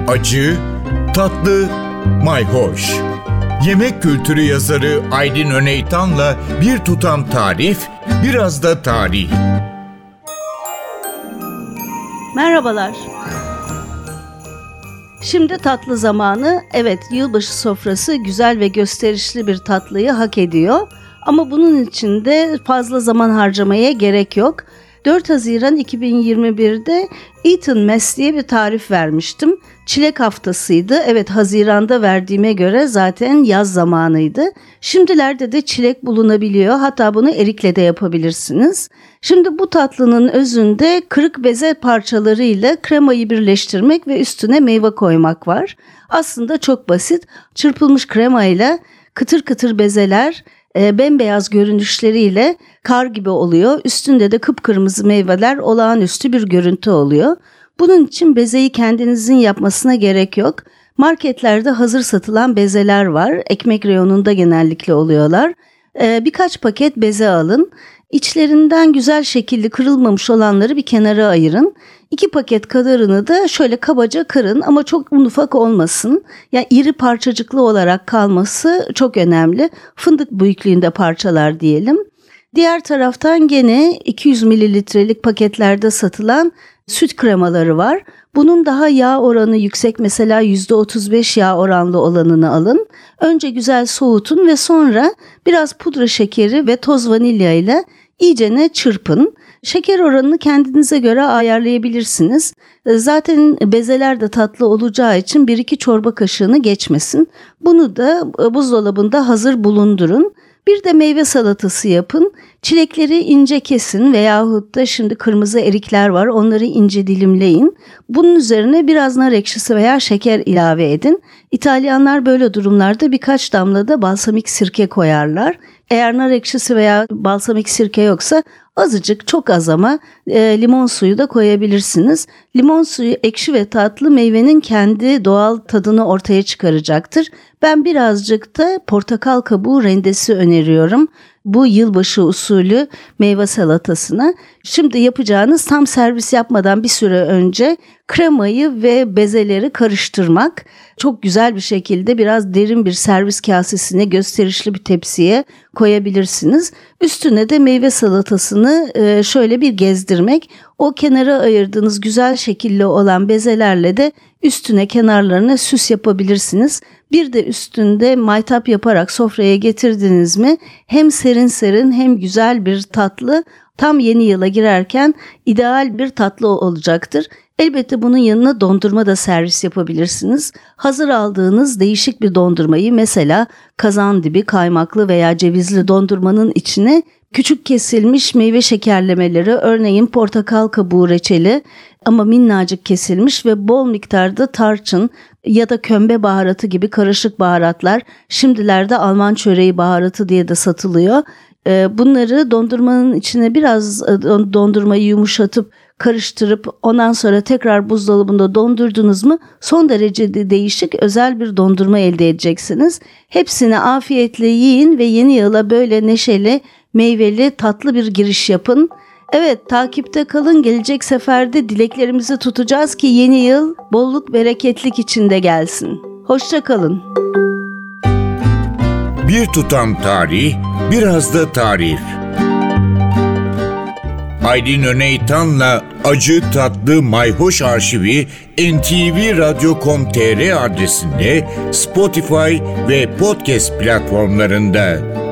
acı, tatlı, mayhoş. Yemek kültürü yazarı Aydin Öneytan'la bir tutam tarif, biraz da tarih. Merhabalar. Şimdi tatlı zamanı. Evet, yılbaşı sofrası güzel ve gösterişli bir tatlıyı hak ediyor. Ama bunun için de fazla zaman harcamaya gerek yok. 4 Haziran 2021'de Eton Mess diye bir tarif vermiştim. Çilek haftasıydı. Evet, Haziran'da verdiğime göre zaten yaz zamanıydı. Şimdilerde de çilek bulunabiliyor. Hatta bunu erikle de yapabilirsiniz. Şimdi bu tatlının özünde kırık beze parçalarıyla kremayı birleştirmek ve üstüne meyve koymak var. Aslında çok basit. Çırpılmış kremayla kıtır kıtır bezeler bembeyaz görünüşleriyle kar gibi oluyor. Üstünde de kıpkırmızı meyveler, olağanüstü bir görüntü oluyor. Bunun için bezeyi kendinizin yapmasına gerek yok. Marketlerde hazır satılan bezeler var. Ekmek reyonunda genellikle oluyorlar. Birkaç paket beze alın. İçlerinden güzel şekilli kırılmamış olanları bir kenara ayırın. 2 paket kadarını da şöyle kabaca kırın ama çok ufak olmasın. Yani iri parçacıklı olarak kalması çok önemli. Fındık büyüklüğünde parçalar diyelim. Diğer taraftan gene 200 mililitrelik paketlerde satılan süt kremaları var. Bunun daha yağ oranı yüksek, mesela %35 yağ oranlı olanını alın. Önce güzel soğutun ve sonra biraz pudra şekeri ve toz vanilya ile iyicene çırpın. Şeker oranını kendinize göre ayarlayabilirsiniz. Zaten bezeler de tatlı olacağı için 1-2 çorba kaşığını geçmesin. Bunu da buzdolabında hazır bulundurun. Bir de meyve salatası yapın. Çilekleri ince kesin veyahut da şimdi kırmızı erikler var, onları ince dilimleyin. Bunun üzerine biraz nar ekşisi veya şeker ilave edin. İtalyanlar böyle durumlarda birkaç damla da balsamik sirke koyarlar. Eğer nar ekşisi veya balsamik sirke yoksa azıcık, çok az ama limon suyu da koyabilirsiniz. Limon suyu ekşi ve tatlı meyvenin kendi doğal tadını ortaya çıkaracaktır. Ben birazcık da portakal kabuğu rendesi öneriyorum bu yılbaşı usulü meyve salatasına. Şimdi yapacağınız, tam servis yapmadan bir süre önce kremayı ve bezeleri karıştırmak. Çok güzel bir şekilde biraz derin bir servis kasesine, gösterişli bir tepsiye koyabilirsiniz. Üstüne de meyve salatasını şöyle bir gezdirmek. O kenara ayırdığınız güzel şekilli olan bezelerle de üstüne, kenarlarına süs yapabilirsiniz. Bir de üstünde maytap yaparak sofraya getirdiniz mi hem serin serin hem güzel bir tatlı, tam yeni yıla girerken ideal bir tatlı olacaktır. Elbette bunun yanına dondurma da servis yapabilirsiniz. Hazır aldığınız değişik bir dondurmayı, mesela kazandibi, kaymaklı veya cevizli dondurmanın içine küçük kesilmiş meyve şekerlemeleri, örneğin portakal kabuğu reçeli ama minnacık kesilmiş ve bol miktarda tarçın ya da kömbe baharatı gibi karışık baharatlar, şimdilerde Alman çöreği baharatı diye de satılıyor. Bunları dondurmanın içine biraz dondurmayı yumuşatıp karıştırıp ondan sonra tekrar buzdolabında dondurdunuz mu son derece değişik, özel bir dondurma elde edeceksiniz. Hepsini afiyetle yiyin ve yeni yıla böyle neşeli, meyveli, tatlı bir giriş yapın. Evet, takipte kalın. Gelecek seferde dileklerimizi tutacağız ki yeni yıl bolluk, bereketlik içinde gelsin. Hoşça kalın. Bir tutam tarih, biraz da tarif. Aydin Öneytan'la acı tatlı mayhoş arşivi ntvradio.com.tr adresinde, Spotify ve podcast platformlarında.